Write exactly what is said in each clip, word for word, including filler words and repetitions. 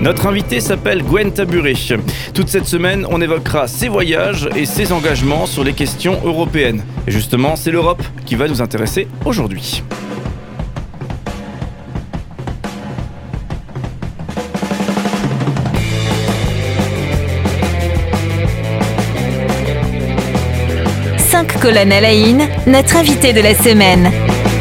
Notre invité s'appelle Gwen Taburet. Toute cette semaine, on évoquera ses voyages et ses engagements sur les questions européennes. Et justement, c'est l'Europe qui va nous intéresser aujourd'hui. cinq colonnes à la une, notre invité de la semaine.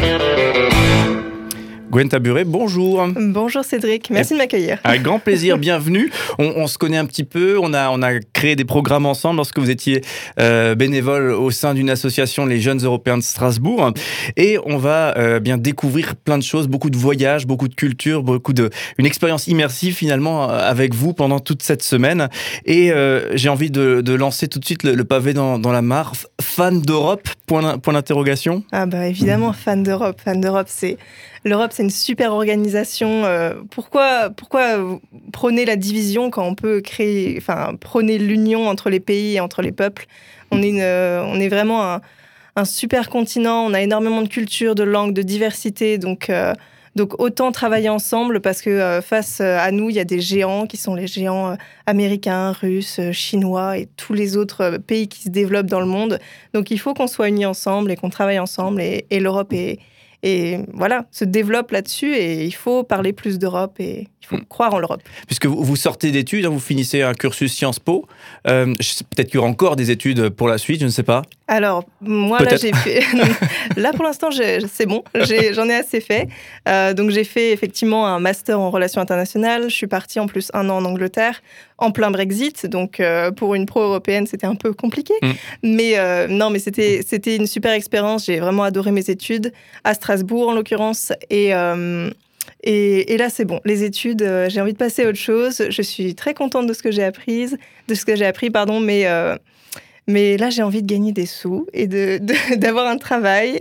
Gwen Taburet, bonjour. Bonjour Cédric, merci Et, de m'accueillir. Avec grand plaisir, bienvenue. On, on se connaît un petit peu, on a, on a créé des programmes ensemble lorsque vous étiez euh, bénévole au sein d'une association, les Jeunes Européens de Strasbourg. Et on va euh, bien découvrir plein de choses, beaucoup de voyages, beaucoup de culture, beaucoup de, une expérience immersive finalement avec vous pendant toute cette semaine. Et euh, j'ai envie de, de lancer tout de suite le, le pavé dans, dans la mare. Fan d'Europe, point, point d'interrogation. Ah bah évidemment, fan d'Europe. Fan d'Europe, c'est... L'Europe, c'est une super organisation. Euh, pourquoi, pourquoi prôner la division quand on peut créer, enfin, prôner l'union entre les pays et entre les peuples ? On est, une, euh, on est vraiment un, un super continent. On a énormément de culture, de langues, de diversité. Donc, euh, donc autant travailler ensemble parce que euh, face à nous, il y a des géants qui sont les géants euh, américains, russes, chinois et tous les autres euh, pays qui se développent dans le monde. Donc, il faut qu'on soit unis ensemble et qu'on travaille ensemble. Et, et l'Europe est... Et voilà, se développe là-dessus et il faut parler plus d'Europe et il faut mmh. croire en l'Europe. Puisque vous sortez d'études, vous finissez un cursus Sciences Po, euh, peut-être qu'il y aura encore des études pour la suite, je ne sais pas. Alors, moi, peut-être. là, j'ai fait... là, pour l'instant, j'ai... c'est bon, j'ai... j'en ai assez fait. Euh, donc, j'ai fait effectivement un master en relations internationales. Je suis partie en plus un an en Angleterre, en plein Brexit. Donc, euh, pour une pro-européenne, c'était un peu compliqué. Mm. Mais euh, non, mais c'était, c'était une super expérience. J'ai vraiment adoré mes études, à Strasbourg en l'occurrence. Et... Euh... Et, et là, c'est bon. Les études, euh, j'ai envie de passer à autre chose. Je suis très contente de ce que j'ai appris, de ce que j'ai appris, pardon, mais, euh, mais là, j'ai envie de gagner des sous et de, de, d'avoir un travail.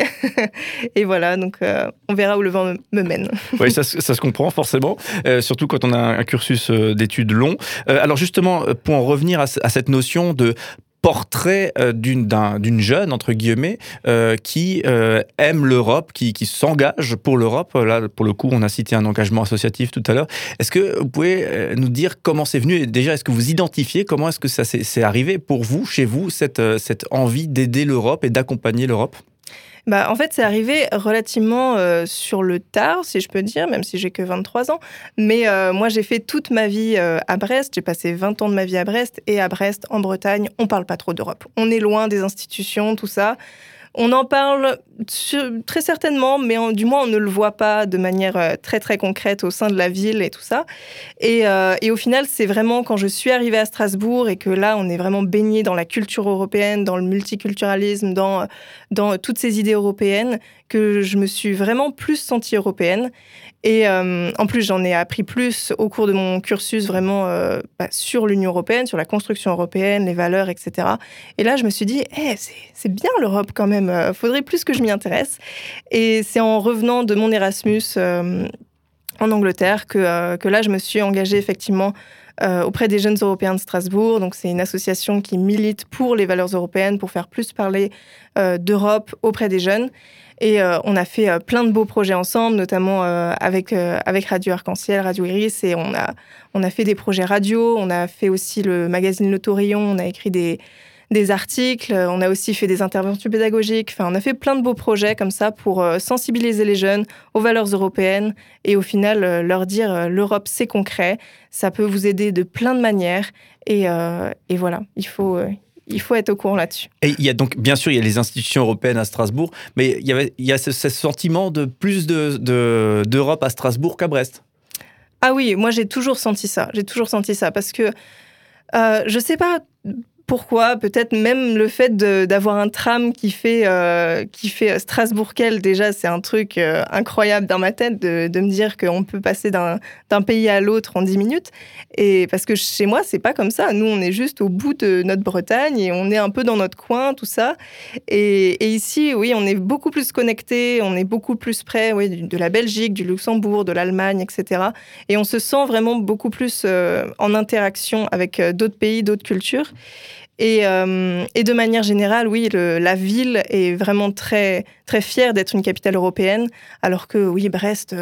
Et voilà, donc euh, on verra où le vent me, me mène. Oui, ça, ça se comprend forcément, euh, surtout quand on a un cursus d'études long. Euh, alors justement, pour en revenir à, à cette notion de portrait euh, d'une, d'un, d'une jeune, entre guillemets, euh, qui euh, aime l'Europe, qui, qui s'engage pour l'Europe. Là, pour le coup, on a cité un engagement associatif tout à l'heure. Est-ce que vous pouvez euh, nous dire comment c'est venu ? Et déjà, est-ce que vous identifiez comment est-ce que ça s'est, c'est arrivé pour vous, chez vous, cette, euh, cette envie d'aider l'Europe et d'accompagner l'Europe ? Bah, en fait, c'est arrivé relativement euh, sur le tard, si je peux dire, même si j'ai que vingt-trois ans. Mais euh, moi, j'ai fait toute ma vie euh, à Brest. J'ai passé vingt ans de ma vie à Brest. Et à Brest, en Bretagne, on ne parle pas trop d'Europe. On est loin des institutions, tout ça. On en parle sur, très certainement, mais on, du moins, on ne le voit pas de manière euh, très, très concrète au sein de la ville et tout ça. Et, euh, et au final, c'est vraiment quand je suis arrivée à Strasbourg et que là, on est vraiment baigné dans la culture européenne, dans le multiculturalisme, dans, dans toutes ces idées européennes, que je me suis vraiment plus sentie européenne. Et euh, en plus, j'en ai appris plus au cours de mon cursus vraiment euh, bah, sur l'Union européenne, sur la construction européenne, les valeurs, et cetera. Et là, je me suis dit, hey, c'est, c'est bien l'Europe quand même, il faudrait plus que je m'y intéresse. Et c'est en revenant de mon Erasmus euh, en Angleterre que, euh, que là, je me suis engagée effectivement euh, auprès des Jeunes Européens de Strasbourg. Donc, c'est une association qui milite pour les valeurs européennes, pour faire plus parler euh, d'Europe auprès des jeunes. Et euh, on a fait euh, plein de beaux projets ensemble, notamment euh, avec, euh, avec Radio Arc-en-Ciel, Radio Iris. Et on a, on a fait des projets radio, on a fait aussi le magazine Le Taurillon, on a écrit des, des articles, on a aussi fait des interventions pédagogiques. Enfin, on a fait plein de beaux projets comme ça pour euh, sensibiliser les jeunes aux valeurs européennes et au final euh, leur dire euh, l'Europe, c'est concret, ça peut vous aider de plein de manières. Et, euh, et voilà, il faut... Euh, Il faut être au courant là-dessus. Et il y a donc, bien sûr, il y a les institutions européennes à Strasbourg, mais il y, avait, il y a ce, ce sentiment de plus de, de, d'Europe à Strasbourg qu'à Brest. Ah oui, moi j'ai toujours senti ça. J'ai toujours senti ça parce que euh, je sais pas pourquoi, peut-être même le fait de, d'avoir un tram qui fait, euh, qui fait Strasbourg-Quelle, déjà, c'est un truc euh, incroyable dans ma tête de, de me dire qu'on peut passer d'un, d'un pays à l'autre en dix minutes. Et parce que chez moi, c'est pas comme ça. Nous, on est juste au bout de notre Bretagne et on est un peu dans notre coin, tout ça. Et, et ici, oui, on est beaucoup plus connectés, on est beaucoup plus près oui, de la Belgique, du Luxembourg, de l'Allemagne, et cetera. Et on se sent vraiment beaucoup plus euh, en interaction avec euh, d'autres pays, d'autres cultures. Et, euh, et de manière générale, oui, le, la ville est vraiment très, très fière d'être une capitale européenne, alors que, oui, Brest, euh,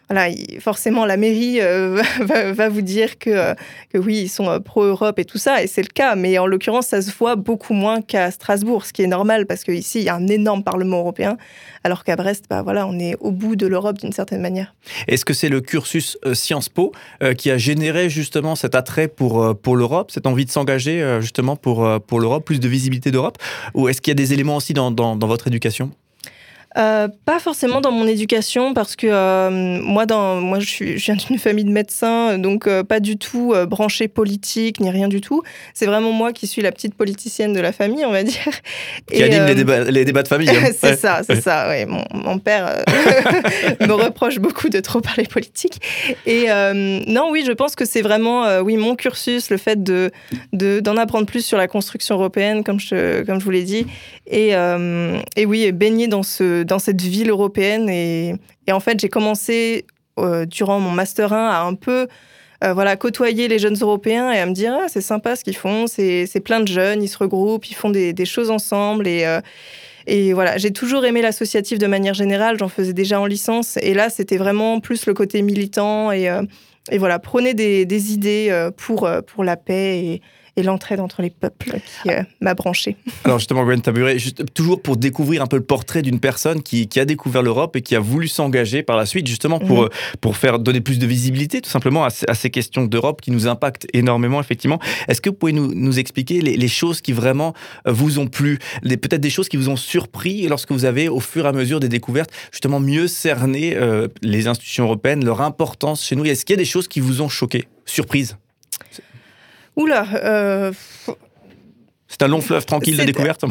voilà, il, forcément, la mairie euh, va, va vous dire que, euh, que oui, ils sont euh, pro-Europe et tout ça, et c'est le cas. Mais en l'occurrence, ça se voit beaucoup moins qu'à Strasbourg, ce qui est normal, parce qu'ici, il y a un énorme Parlement européen, alors qu'à Brest, bah, voilà, on est au bout de l'Europe d'une certaine manière. Est-ce que c'est le cursus euh, Sciences Po euh, qui a généré justement cet attrait pour, euh, pour l'Europe, cette envie de s'engager euh, justement pour, euh, pour l'Europe, plus de visibilité d'Europe? Ou est-ce qu'il y a des éléments aussi dans, dans, dans votre éducation? Euh, pas forcément dans mon éducation, parce que euh, moi, dans, moi je, suis, je viens d'une famille de médecins, donc euh, pas du tout euh, branchée politique, ni rien du tout. C'est vraiment moi qui suis la petite politicienne de la famille, on va dire. Qui Et, anime euh, les, débats, les débats de famille. Hein. c'est ouais. ça, c'est ouais. ça. Ouais. Mon, mon père euh, me reproche beaucoup de trop parler politique. Et euh, non, oui, je pense que c'est vraiment euh, oui, mon cursus, le fait de, de, d'en apprendre plus sur la construction européenne, comme je, comme je vous l'ai dit. Et, euh, et oui, baigner dans, ce, dans cette ville européenne. Et, et en fait, j'ai commencé, euh, durant mon Master un, à un peu euh, voilà, côtoyer les jeunes Européens et à me dire ah, c'est sympa ce qu'ils font, c'est, c'est plein de jeunes, ils se regroupent, ils font des, des choses ensemble. Et, euh, et voilà, j'ai toujours aimé l'associatif de manière générale, j'en faisais déjà en licence. Et là, c'était vraiment plus le côté militant et, euh, et voilà, prôner des, des idées pour, pour la paix et et l'entraide entre les peuples qui euh, m'a branchée. Alors justement, Gwen Taburet, juste, toujours pour découvrir un peu le portrait d'une personne qui, qui a découvert l'Europe et qui a voulu s'engager par la suite, justement pour, mmh. pour faire donner plus de visibilité tout simplement à, à ces questions d'Europe qui nous impactent énormément, effectivement. Est-ce que vous pouvez nous, nous expliquer les, les choses qui vraiment vous ont plu, les, peut-être des choses qui vous ont surpris lorsque vous avez, au fur et à mesure des découvertes, justement mieux cerné euh, les institutions européennes, leur importance chez nous? Est-ce qu'il y a des choses qui vous ont choqué, surprise? Oula, euh... c'est un long fleuve tranquille c'est... de découverte.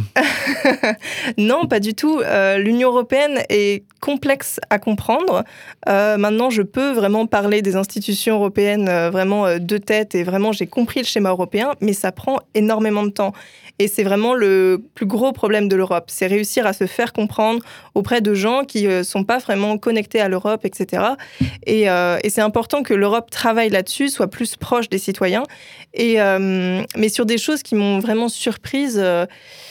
Non, pas du tout. Euh, L'Union européenne est complexe à comprendre. Euh, maintenant, je peux vraiment parler des institutions européennes euh, vraiment euh, de tête et vraiment j'ai compris le schéma européen, mais ça prend énormément de temps. Et c'est vraiment le plus gros problème de l'Europe, c'est réussir à se faire comprendre auprès de gens qui ne euh, sont pas vraiment connectés à l'Europe, et cetera. Et, euh, et c'est important que l'Europe travaille là-dessus, soit plus proche des citoyens. Et, euh, mais sur des choses qui m'ont vraiment surprise, euh,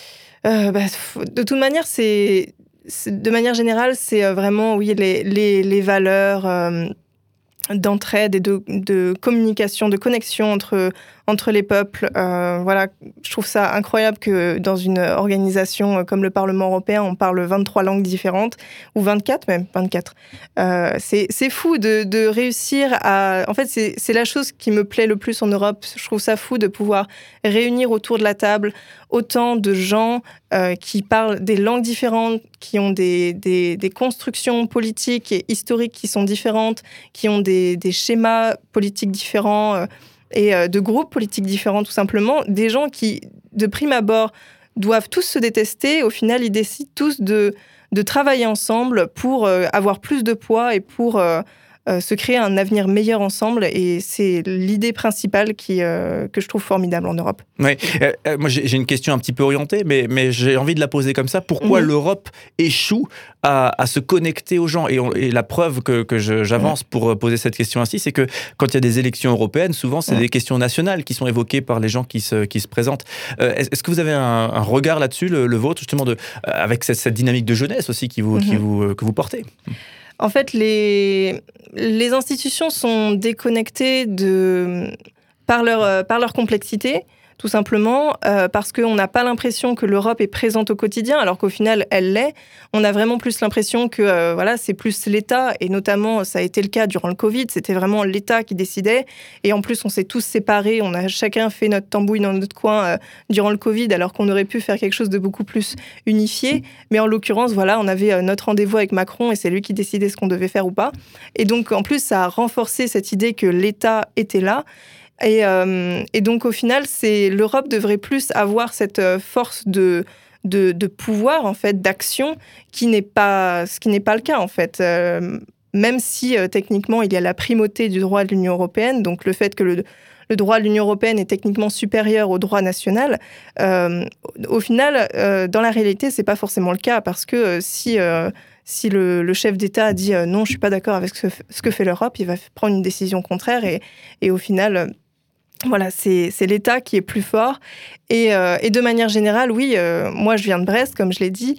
euh, bah, de toute manière, c'est, c'est, de manière générale, c'est vraiment oui, les, les, les valeurs euh, d'entraide et de, de communication, de connexion entre... entre les peuples. Euh, voilà, je trouve ça incroyable que dans une organisation comme le Parlement européen, on parle vingt-trois langues différentes, ou vingt-quatre même, vingt-quatre. Euh, c'est, c'est fou de, de réussir à... En fait, c'est, c'est la chose qui me plaît le plus en Europe. Je trouve ça fou de pouvoir réunir autour de la table autant de gens euh, qui parlent des langues différentes, qui ont des, des, des constructions politiques et historiques qui sont différentes, qui ont des, des schémas politiques différents, euh, et de groupes politiques différents, tout simplement, des gens qui, de prime abord, doivent tous se détester. Au final, ils décident tous de, de travailler ensemble pour euh, avoir plus de poids et pour euh, euh, se créer un avenir meilleur ensemble. Et c'est l'idée principale qui, euh, que je trouve formidable en Europe. Oui, euh, moi j'ai, j'ai une question un petit peu orientée, mais, mais j'ai envie de la poser comme ça. Pourquoi mmh. l'Europe échoue à, à se connecter aux gens? Et, on, et la preuve que, que je, j'avance mmh. pour poser cette question ainsi, c'est que quand il y a des élections européennes, souvent c'est mmh. des questions nationales qui sont évoquées par les gens qui se, qui se présentent. Euh, est-ce, est-ce que vous avez un, un regard là-dessus, le, le vôtre, justement, de, avec cette, cette dynamique de jeunesse aussi qui vous, mmh. qui vous, que vous portez? En fait, les, les institutions sont déconnectées de, par, leur, par leur complexité, tout simplement euh, parce qu'on n'a pas l'impression que l'Europe est présente au quotidien, alors qu'au final, elle l'est. On a vraiment plus l'impression que euh, voilà, c'est plus l'État, et notamment, ça a été le cas durant le Covid, c'était vraiment l'État qui décidait. Et en plus, on s'est tous séparés, on a chacun fait notre tambouille dans notre coin euh, durant le Covid, alors qu'on aurait pu faire quelque chose de beaucoup plus unifié. Mais en l'occurrence, voilà, on avait euh, notre rendez-vous avec Macron, et c'est lui qui décidait ce qu'on devait faire ou pas. Et donc, en plus, ça a renforcé cette idée que l'État était là. Et, euh, et donc, au final, c'est, l'Europe devrait plus avoir cette force de, de, de pouvoir, en fait, d'action, qui n'est pas, ce qui n'est pas le cas, en fait. Euh, même si, euh, techniquement, il y a la primauté du droit de l'Union européenne, donc le fait que le, le droit de l'Union européenne est techniquement supérieur au droit national, euh, au final, euh, dans la réalité, c'est pas forcément le cas, parce que euh, si... Euh, Si le, le chef d'État a dit euh, non, je ne suis pas d'accord avec ce, ce que fait l'Europe, il va prendre une décision contraire et, et au final, euh, voilà, c'est, c'est l'État qui est plus fort. Et, euh, et de manière générale, oui, euh, moi je viens de Brest, comme je l'ai dit,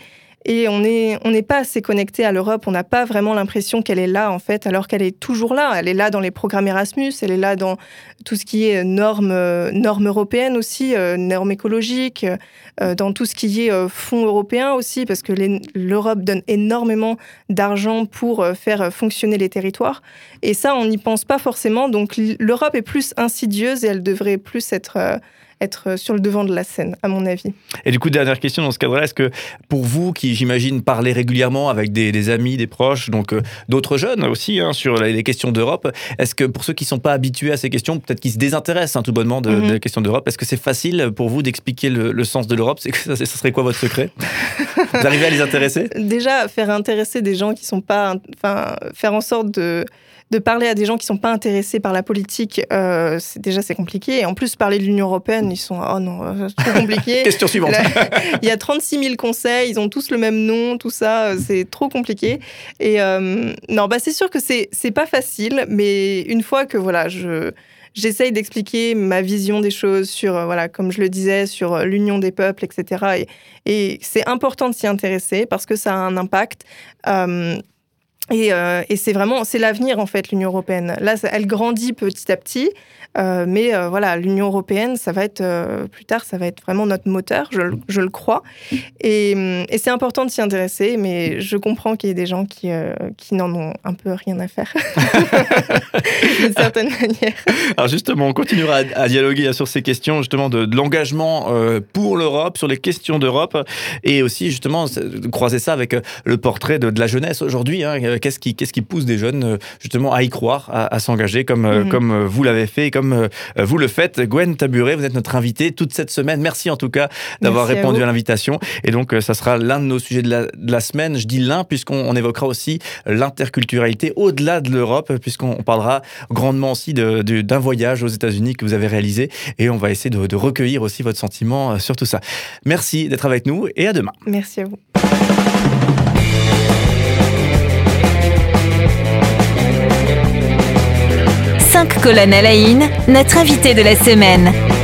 Et on n'est on n'est pas assez connecté à l'Europe. On n'a pas vraiment l'impression qu'elle est là, en fait, alors qu'elle est toujours là. Elle est là dans les programmes Erasmus, elle est là dans tout ce qui est normes, euh, normes européennes aussi, euh, normes écologiques, euh, dans tout ce qui est euh, fonds européens aussi, parce que les, l'Europe donne énormément d'argent pour euh, faire fonctionner les territoires. Et ça, on n'y pense pas forcément. Donc l'Europe est plus insidieuse et elle devrait plus être... Euh, être sur le devant de la scène, à mon avis. Et du coup, dernière question dans ce cadre-là, est-ce que pour vous, qui j'imagine parlez régulièrement avec des, des amis, des proches, donc euh, d'autres jeunes aussi, hein, sur les, les questions d'Europe, est-ce que pour ceux qui ne sont pas habitués à ces questions, peut-être qu'ils se désintéressent hein, tout bonnement de, mm-hmm. de la question d'Europe, est-ce que c'est facile pour vous d'expliquer le, le sens de l'Europe? C'est que ça, ça serait quoi votre secret? Vous arrivez à les intéresser? Déjà, faire intéresser des gens qui ne sont pas... Enfin, faire en sorte de... de parler à des gens qui ne sont pas intéressés par la politique, euh, c'est, déjà c'est compliqué. Et en plus, parler de l'Union européenne, ils sont « Oh non, c'est trop compliqué ». Question suivante. Là, il y a trente-six mille conseils, ils ont tous le même nom, tout ça, c'est trop compliqué. Et euh, non, bah c'est sûr que c'est, c'est pas facile, mais une fois que voilà, je... J'essaye d'expliquer ma vision des choses sur, euh, voilà, comme je le disais, sur l'union des peuples, et cetera. Et, et c'est important de s'y intéresser parce que ça a un impact. Euh, Et, euh, et c'est vraiment, c'est l'avenir en fait, l'Union européenne. Là, ça, elle grandit petit à petit, euh, mais euh, voilà, l'Union européenne, ça va être euh, plus tard, ça va être vraiment notre moteur, je, je le crois. Et, et c'est important de s'y intéresser, mais je comprends qu'il y ait des gens qui, euh, qui n'en ont un peu rien à faire, d'une certaine manière. Alors justement, on continuera à, à dialoguer sur ces questions justement de, de l'engagement euh, pour l'Europe, sur les questions d'Europe, et aussi justement de croiser ça avec le portrait de, de la jeunesse aujourd'hui. Hein, Qu'est-ce qui, qu'est-ce qui pousse des jeunes justement à y croire, à, à s'engager comme, mmh. comme vous l'avez fait et comme vous le faites. Gwen Taburet, vous êtes notre invitée toute cette semaine. Merci en tout cas d'avoir Merci répondu à, à l'invitation. Et donc, ça sera l'un de nos sujets de la, de la semaine. Je dis l'un puisqu'on on évoquera aussi l'interculturalité au-delà de l'Europe, puisqu'on parlera grandement aussi de, de, d'un voyage aux États-Unis que vous avez réalisé. Et on va essayer de, de recueillir aussi votre sentiment sur tout ça. Merci d'être avec nous et à demain. Merci à vous. cinq colonnes à la in, notre invité de la semaine.